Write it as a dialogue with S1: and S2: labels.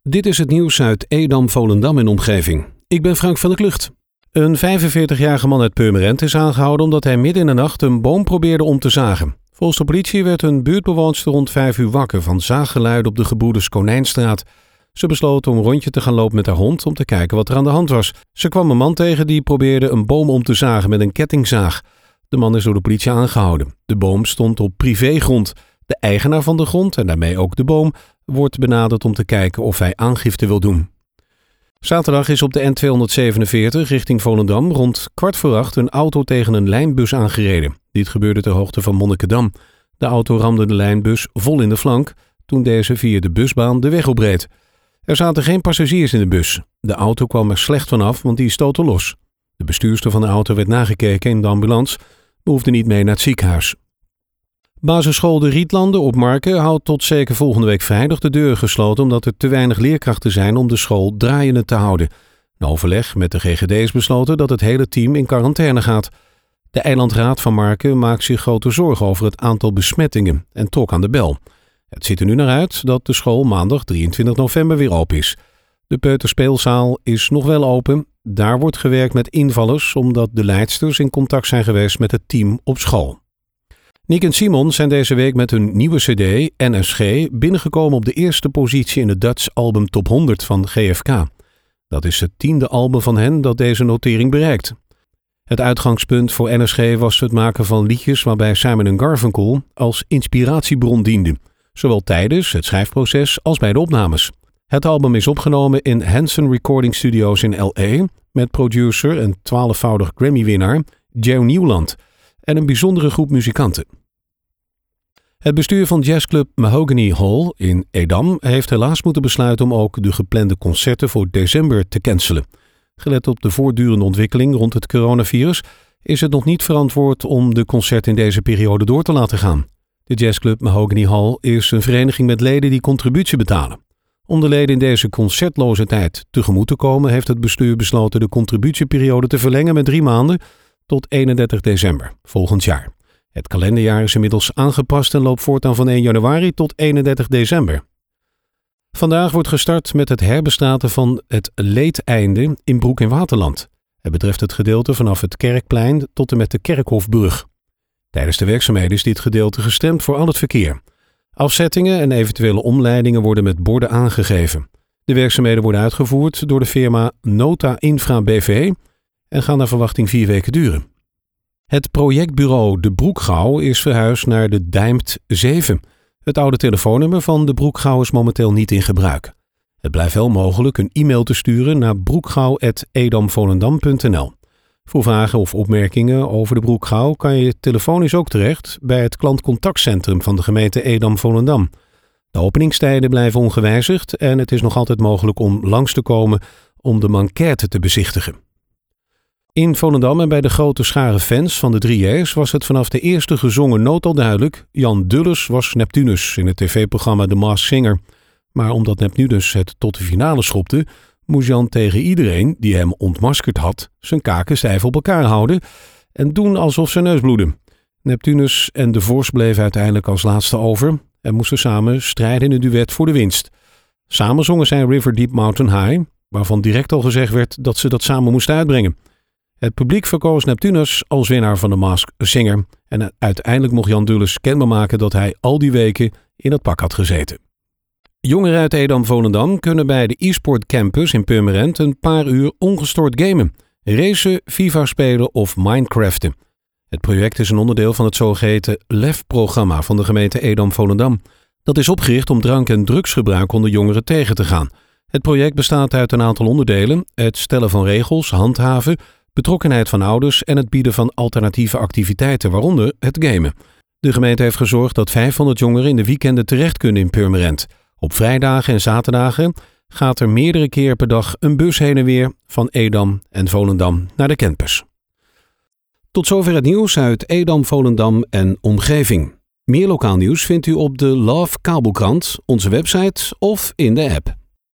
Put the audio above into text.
S1: Dit is het nieuws uit Edam, Volendam en omgeving. Ik ben Frank van der Klucht. Een 45-jarige man uit Purmerend is aangehouden omdat hij midden in de nacht een boom probeerde om te zagen. Volgens de politie werd een buurtbewoonster rond 5 uur wakker van zaaggeluiden op de Gebroeders Konijnstraat. Ze besloot om een rondje te gaan lopen met haar hond om te kijken wat er aan de hand was. Ze kwam een man tegen die probeerde een boom om te zagen met een kettingzaag. De man is door de politie aangehouden. De boom stond op privégrond. De eigenaar van de grond en daarmee ook de boom wordt benaderd om te kijken of hij aangifte wil doen. Zaterdag is op de N247 richting Volendam rond 7:15 een auto tegen een lijnbus aangereden. Dit gebeurde ter hoogte van Monnikendam. De auto ramde de lijnbus vol in de flank toen deze via de busbaan de weg opreed. Er zaten geen passagiers in de bus. De auto kwam er slecht vanaf, want die stootte los. De bestuurster van de auto werd nagekeken in de ambulance, maar hoefde niet mee naar het ziekenhuis. Basisschool De Rietlanden op Marken houdt tot zeker volgende week vrijdag de deuren gesloten omdat er te weinig leerkrachten zijn om de school draaiende te houden. Na overleg met de GGD is besloten dat het hele team in quarantaine gaat. De eilandraad van Marken maakt zich grote zorgen over het aantal besmettingen en trok aan de bel. Het ziet er nu naar uit dat de school maandag 23 november weer open is. De peuterspeelzaal is nog wel open. Daar wordt gewerkt met invallers omdat de leidsters in contact zijn geweest met het team op school. Nick en Simon zijn deze week met hun nieuwe cd, NSG, binnengekomen op de eerste positie in de Dutch Album Top 100 van GFK. Dat is het 10e album van hen dat deze notering bereikt. Het uitgangspunt voor NSG was het maken van liedjes waarbij Simon & Garfunkel als inspiratiebron diende, zowel tijdens het schrijfproces als bij de opnames. Het album is opgenomen in Hanson Recording Studios in L.A. met producer en 12-voudig Grammy-winnaar Joe Newland en een bijzondere groep muzikanten. Het bestuur van jazzclub Mahogany Hall in Edam heeft helaas moeten besluiten om ook de geplande concerten voor december te cancelen. Gelet op de voortdurende ontwikkeling rond het coronavirus is het nog niet verantwoord om de concerten in deze periode door te laten gaan. De jazzclub Mahogany Hall is een vereniging met leden die contributie betalen. Om de leden in deze concertloze tijd tegemoet te komen heeft het bestuur besloten de contributieperiode te verlengen met 3 maanden tot 31 december volgend jaar. Het kalenderjaar is inmiddels aangepast en loopt voortaan van 1 januari tot 31 december. Vandaag wordt gestart met het herbestraten van het Leedeinde in Broek in Waterland. Het betreft het gedeelte vanaf het Kerkplein tot en met de Kerkhofbrug. Tijdens de werkzaamheden is dit gedeelte gestremd voor al het verkeer. Afzettingen en eventuele omleidingen worden met borden aangegeven. De werkzaamheden worden uitgevoerd door de firma Nota Infra BV en gaan naar verwachting 4 weken duren. Het projectbureau De Broekgouw is verhuisd naar de Dijmt 7. Het oude telefoonnummer van De Broekgouw is momenteel niet in gebruik. Het blijft wel mogelijk een e-mail te sturen naar broekgouw@edamvolendam.nl. Voor vragen of opmerkingen over De Broekgouw kan je telefonisch ook terecht bij het klantcontactcentrum van de gemeente Edam-Volendam. De openingstijden blijven ongewijzigd en het is nog altijd mogelijk om langs te komen om de manquette te bezichtigen. In Volendam en bij de grote schare fans van de 3J's was het vanaf de eerste gezongen noot al duidelijk. Jan Dulles was Neptunus in het tv-programma The Masked Singer. Maar omdat Neptunus het tot de finale schopte, moest Jan tegen iedereen die hem ontmaskerd had zijn kaken stijf op elkaar houden en doen alsof zijn neus bloedde. Neptunus en de Vos bleven uiteindelijk als laatste over en moesten samen strijden in een duet voor de winst. Samen zongen zij River Deep Mountain High, waarvan direct al gezegd werd dat ze dat samen moesten uitbrengen. Het publiek verkoos Neptunus als winnaar van de Masked Singer en uiteindelijk mocht Jan Dulles kenbaar maken dat hij al die weken in het pak had gezeten. Jongeren uit Edam-Volendam kunnen bij de e-sport campus in Purmerend een paar uur ongestoord gamen, racen, FIFA spelen of Minecraften. Het project is een onderdeel van het zogeheten LEF-programma van de gemeente Edam-Volendam. Dat is opgericht om drank- en drugsgebruik onder jongeren tegen te gaan. Het project bestaat uit een aantal onderdelen: het stellen van regels, handhaven, betrokkenheid van ouders en het bieden van alternatieve activiteiten, waaronder het gamen. De gemeente heeft gezorgd dat 500 jongeren in de weekenden terecht kunnen in Purmerend. Op vrijdagen en zaterdagen gaat er meerdere keer per dag een bus heen en weer van Edam en Volendam naar de campus. Tot zover het nieuws uit Edam, Volendam en omgeving. Meer lokaal nieuws vindt u op de Love Kabelkrant, onze website of in de app.